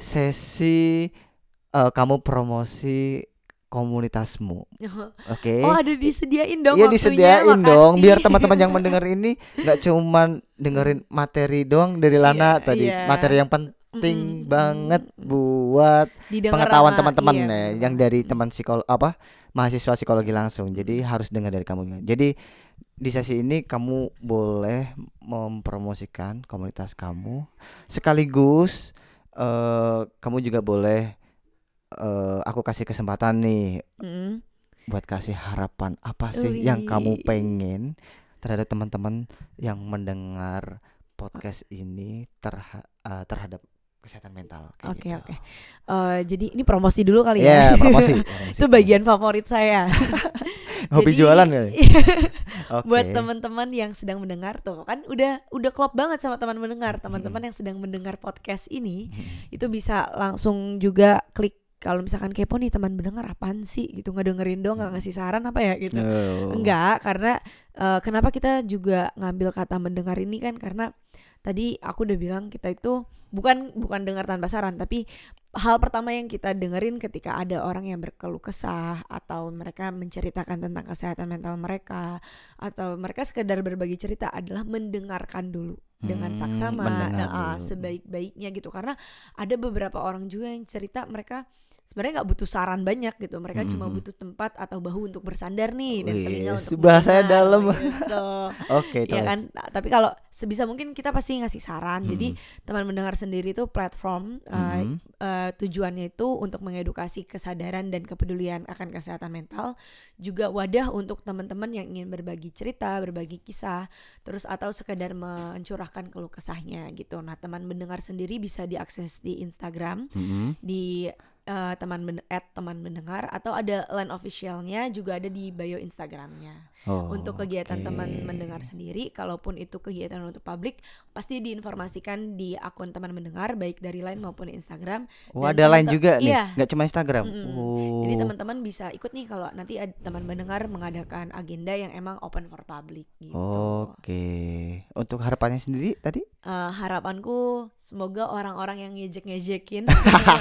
Speaker 1: Sesi eh, kamu promosi komunitasmu. Oke.
Speaker 3: Oh, ada disediain dong
Speaker 1: Iya
Speaker 3: waktunya,
Speaker 1: disediain dong
Speaker 3: makasih.
Speaker 1: biar teman-teman yang mendengar ini nggak cuman dengerin materi doang dari Lana
Speaker 3: Iya,
Speaker 1: tadi,
Speaker 3: iya.
Speaker 1: materi yang penting
Speaker 3: Mm-mm,
Speaker 1: banget
Speaker 3: mm-mm.
Speaker 1: buat
Speaker 3: Didengar
Speaker 1: pengetahuan
Speaker 3: sama-
Speaker 1: teman-teman
Speaker 3: iya,
Speaker 1: ya,
Speaker 3: bener
Speaker 1: yang
Speaker 3: banget.
Speaker 1: dari teman psikolog apa mahasiswa psikologi langsung. Jadi harus dengar dari kamu. Jadi di sesi ini kamu boleh mempromosikan komunitas kamu, sekaligus eh, kamu juga boleh eh, aku kasih kesempatan nih
Speaker 3: Mm.
Speaker 1: buat kasih harapan apa sih yang
Speaker 3: Wih.
Speaker 1: kamu pengen terhadap teman-teman yang mendengar podcast ini terha- uh, terhadap kesehatan mental kayak
Speaker 3: Oke,
Speaker 1: gitu.
Speaker 3: oke. Eh, jadi ini promosi dulu kali
Speaker 1: Iya,
Speaker 3: ya.
Speaker 1: promosi, promosi.
Speaker 3: Itu bagian favorit saya.
Speaker 1: hobi
Speaker 3: Jadi,
Speaker 1: jualan kali. Oke.
Speaker 3: Buat teman-teman yang sedang mendengar tuh kan udah udah klop banget sama teman mendengar. Teman-teman yang sedang mendengar podcast ini itu bisa langsung juga klik kalau misalkan kepo nih teman mendengar apaan sih gitu, ngedengerin dong, nggak ngasih saran apa ya gitu.
Speaker 1: No.
Speaker 3: Enggak, karena eh, kenapa kita juga ngambil kata mendengar ini kan karena tadi aku udah bilang kita itu bukan bukan dengar tanpa saran, tapi hal pertama yang kita dengerin ketika ada orang yang berkeluh kesah atau mereka menceritakan tentang kesehatan mental mereka atau mereka sekedar berbagi cerita adalah mendengarkan dulu dengan
Speaker 1: Hmm,
Speaker 3: saksama,
Speaker 1: mendengar
Speaker 3: nah, ah,
Speaker 1: dulu.
Speaker 3: sebaik-baiknya gitu. Karena ada beberapa orang juga yang cerita mereka sebenarnya nggak butuh saran banyak gitu, mereka cuma
Speaker 1: Mhm.
Speaker 3: butuh tempat atau bahu untuk bersandar nih dan
Speaker 1: Wih,
Speaker 3: telinga untuk
Speaker 1: bahasanya
Speaker 3: mendengar,
Speaker 1: dalam.
Speaker 3: gitu.
Speaker 1: Oke,
Speaker 3: Ya
Speaker 1: terus.
Speaker 3: kan. Nah, tapi kalau sebisa mungkin kita pasti ngasih saran. Jadi
Speaker 1: Mhm.
Speaker 3: teman mendengar sendiri itu platform uh,
Speaker 1: Mhm.
Speaker 3: uh, tujuannya itu untuk mengedukasi kesadaran dan kepedulian akan kesehatan mental, juga wadah untuk teman-teman yang ingin berbagi cerita, berbagi kisah, terus atau sekedar mencurahkan keluh kesahnya gitu. Nah, teman mendengar sendiri bisa diakses di Instagram
Speaker 1: Mhm.
Speaker 3: di uh, teman men- at teman mendengar, atau ada line officialnya juga ada di bio Instagramnya.
Speaker 1: Oh,
Speaker 3: Untuk kegiatan
Speaker 1: oke.
Speaker 3: teman mendengar sendiri, kalaupun itu kegiatan untuk publik, pasti diinformasikan di akun teman mendengar baik dari line maupun Instagram.
Speaker 1: Oh,
Speaker 3: Dan
Speaker 1: ada lain
Speaker 3: teman-tem-
Speaker 1: juga nih,
Speaker 3: iya.
Speaker 1: nggak cuma Instagram.
Speaker 3: Mm-mm.
Speaker 1: Oh.
Speaker 3: Jadi teman-teman bisa ikut nih kalau nanti ad- teman mendengar mengadakan agenda yang emang open for public gitu.
Speaker 1: Oke. Untuk harapannya sendiri tadi?
Speaker 3: Eh, harapanku semoga orang-orang yang ngejek-ngejekin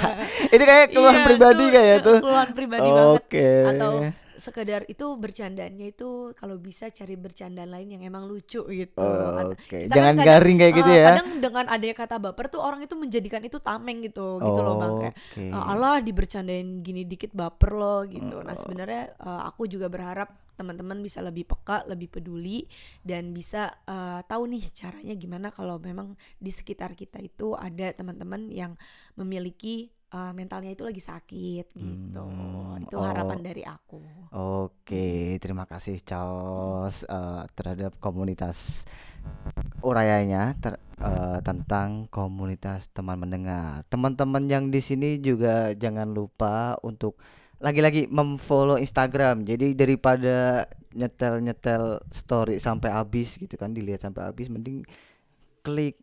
Speaker 1: Ini kayak keluhan
Speaker 3: Iya,
Speaker 1: pribadi
Speaker 3: tuh,
Speaker 1: kayak tuh.
Speaker 3: keluhan pribadi banget.
Speaker 1: Oke.
Speaker 3: Atau sekedar itu bercandanya itu kalau bisa cari bercandaan lain yang emang lucu gitu. Kan-
Speaker 1: Oke.
Speaker 3: kita
Speaker 1: Jangan
Speaker 3: kan kadang,
Speaker 1: garing kayak gitu
Speaker 3: eh,
Speaker 1: ya.
Speaker 3: Kadang dengan adanya kata baper tuh orang itu menjadikan itu tameng gitu, gitu loh Bang, kayak
Speaker 1: Oke.
Speaker 3: "Eh, alah dibercandain gini dikit baper loh gitu.
Speaker 1: Oh.
Speaker 3: Nah, sebenarnya eh, aku juga berharap teman-teman bisa lebih peka, lebih peduli dan bisa eh, tahu nih caranya gimana kalau memang di sekitar kita itu ada teman-teman yang memiliki eh, mentalnya itu lagi sakit gitu.
Speaker 1: Hmm,
Speaker 3: Itu
Speaker 1: oh.
Speaker 3: harapan dari aku.
Speaker 1: Oke, terima kasih Chaos eh, terhadap komunitas urayanya ter- eh, tentang komunitas teman mendengar. Teman-teman yang di sini juga jangan lupa untuk lagi-lagi memfollow Instagram. Jadi daripada nyetel-nyetel story sampai habis gitu kan, dilihat sampai habis, mending klik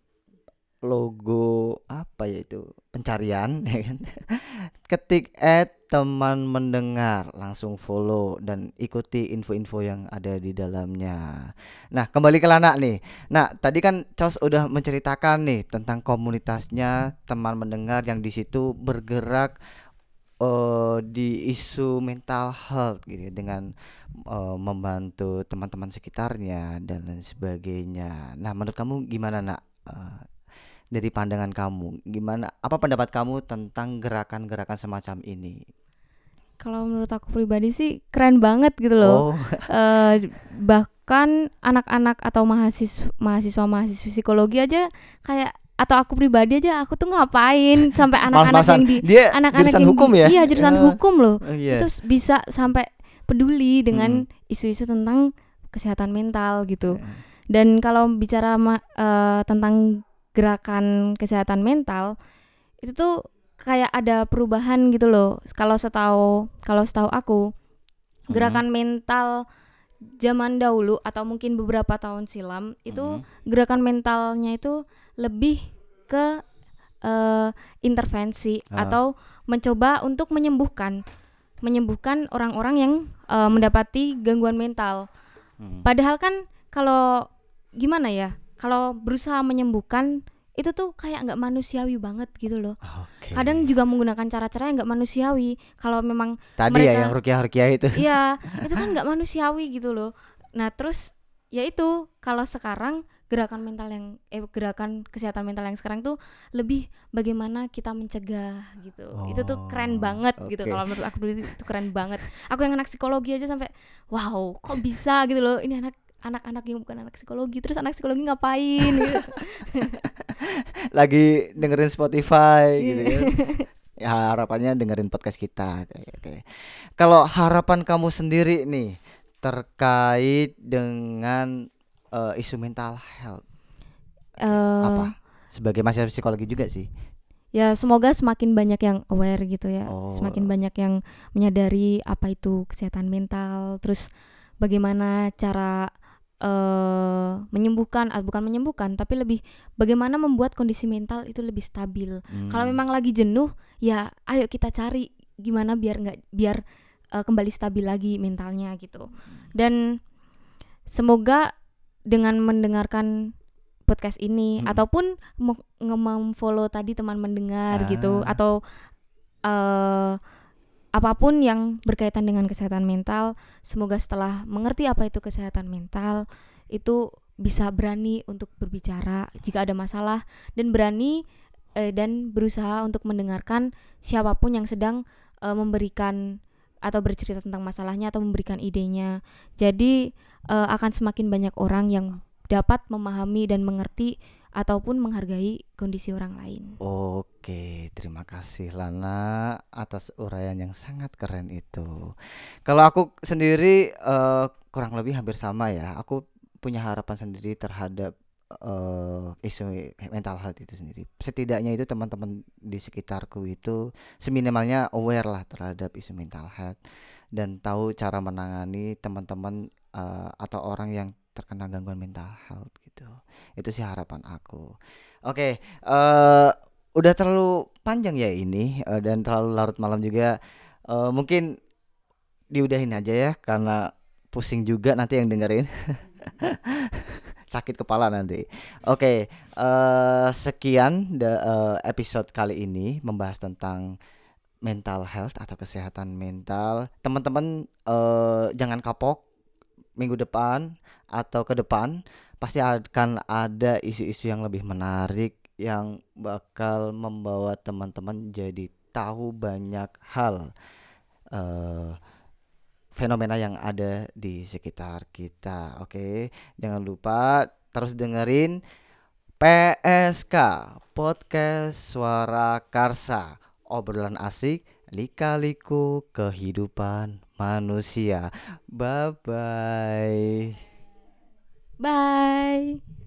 Speaker 1: logo apa ya itu pencarian ya kan, ketik at teman mendengar, langsung follow dan ikuti info-info yang ada di dalamnya. Nah, kembali ke Lana nih. Nah, tadi kan Chaos udah menceritakan nih tentang komunitasnya teman mendengar yang di situ bergerak eh, di isu mental health gitu ya, dengan eh, membantu teman-teman sekitarnya dan lain sebagainya. Nah, menurut kamu gimana nak? Eh, dari pandangan kamu, gimana? Apa pendapat kamu tentang gerakan-gerakan semacam ini?
Speaker 2: Kalau menurut aku pribadi sih keren banget gitu loh.
Speaker 1: Oh,
Speaker 2: Eh, bahkan anak-anak atau mahasiswa mahasiswa mahasiswa psikologi aja kayak, atau aku pribadi aja aku tuh ngapain sampai anak-anak
Speaker 1: mas-masan.
Speaker 2: yang di
Speaker 1: Dia
Speaker 2: anak-anak
Speaker 1: jurusan
Speaker 2: yang
Speaker 1: hukum
Speaker 2: di,
Speaker 1: ya?
Speaker 2: iya jurusan
Speaker 1: Ya.
Speaker 2: hukum loh.
Speaker 1: Oh, iya.
Speaker 2: Itu bisa sampai peduli dengan isu-isu tentang kesehatan mental gitu.
Speaker 1: Eh,
Speaker 2: Dan kalau bicara ma- eh, tentang gerakan kesehatan mental itu tuh kayak ada perubahan gitu loh. Kalau setahu kalau setahu aku
Speaker 1: mhm,
Speaker 2: gerakan mental zaman dahulu atau mungkin beberapa tahun silam itu
Speaker 1: mhm.
Speaker 2: gerakan mentalnya itu lebih ke eh, intervensi
Speaker 1: Ah,
Speaker 2: atau mencoba untuk menyembuhkan menyembuhkan orang-orang yang eh, mendapati gangguan mental.
Speaker 1: mhm.
Speaker 2: Padahal kan kalau gimana ya, kalau berusaha menyembuhkan itu tuh kayak nggak manusiawi banget gitu loh.
Speaker 1: Oke.
Speaker 2: Kadang juga menggunakan cara-cara yang nggak manusiawi. Kalau memang
Speaker 1: Tadi ya yang
Speaker 2: mereka,
Speaker 1: rukiah-rukiah itu.
Speaker 2: iya itu kan nggak manusiawi gitu loh. Nah terus ya itu kalau sekarang gerakan mental yang eh gerakan kesehatan mental yang sekarang tuh lebih bagaimana kita mencegah gitu. Itu tuh keren
Speaker 1: Oh,
Speaker 2: banget gitu.
Speaker 1: oke.
Speaker 2: Kalau menurut aku dulu itu keren banget. Aku yang anak psikologi aja sampai wow kok bisa gitu loh. Ini anak anak-anak yang bukan anak psikologi terus anak psikologi ngapain gitu.
Speaker 1: Lagi dengerin Spotify gitu
Speaker 2: Iya.
Speaker 1: kan. Ya harapannya dengerin podcast kita. Oke, oke. Kalau harapan kamu sendiri nih terkait dengan eh, isu mental health. Oke,
Speaker 2: Eh,
Speaker 1: apa? Sebagai mahasiswa psikologi juga sih.
Speaker 2: ya semoga semakin banyak yang aware gitu ya,
Speaker 1: Oh,
Speaker 2: semakin banyak yang menyadari apa itu kesehatan mental, terus bagaimana cara eh menyembuhkan, ah, bukan menyembuhkan, tapi lebih bagaimana membuat kondisi mental itu lebih stabil. Kalau
Speaker 1: hmm,
Speaker 2: memang lagi jenuh, ya ayo kita cari gimana biar nggak biar eh, kembali stabil lagi mentalnya gitu. Dan semoga dengan mendengarkan podcast ini
Speaker 1: mm-mm.
Speaker 2: ataupun mau nge-follow tadi teman mendengar gitu
Speaker 1: Ah,
Speaker 2: atau eh apapun yang berkaitan dengan kesehatan mental, semoga setelah mengerti apa itu kesehatan mental itu bisa berani untuk berbicara jika ada masalah dan berani eh, dan berusaha untuk mendengarkan siapapun yang sedang eh, memberikan atau bercerita tentang masalahnya atau memberikan idenya. Jadi eh, akan semakin banyak orang yang dapat memahami dan mengerti ataupun menghargai kondisi orang lain.
Speaker 1: oke, terima kasih Lana atas uraian yang sangat keren itu. Kalau aku sendiri eh, kurang lebih hampir sama ya. Aku punya harapan sendiri terhadap eh, isu mental health itu sendiri. Setidaknya itu teman-teman di sekitarku itu seminimalnya aware lah terhadap isu mental health dan tahu cara menangani teman-teman eh, atau orang yang terkena gangguan mental health gitu. Itu sih harapan aku. Oke, eh udah terlalu panjang ya ini eh, dan terlalu larut malam juga. Eh, mungkin diudahin aja ya karena pusing juga nanti yang dengerin. Sakit kepala nanti. Oke, eh sekian da- eh, episode kali ini membahas tentang mental health atau kesehatan mental. Teman-teman eh jangan kapok, minggu depan atau ke depan pasti akan ada isu-isu yang lebih menarik yang bakal membawa teman-teman jadi tahu banyak hal eh, fenomena yang ada di sekitar kita. Oke, jangan lupa terus dengerin P S K Podcast Suara Karsa, obrolan asik lika-liku kehidupan manusia. Bye bye.
Speaker 2: Bye.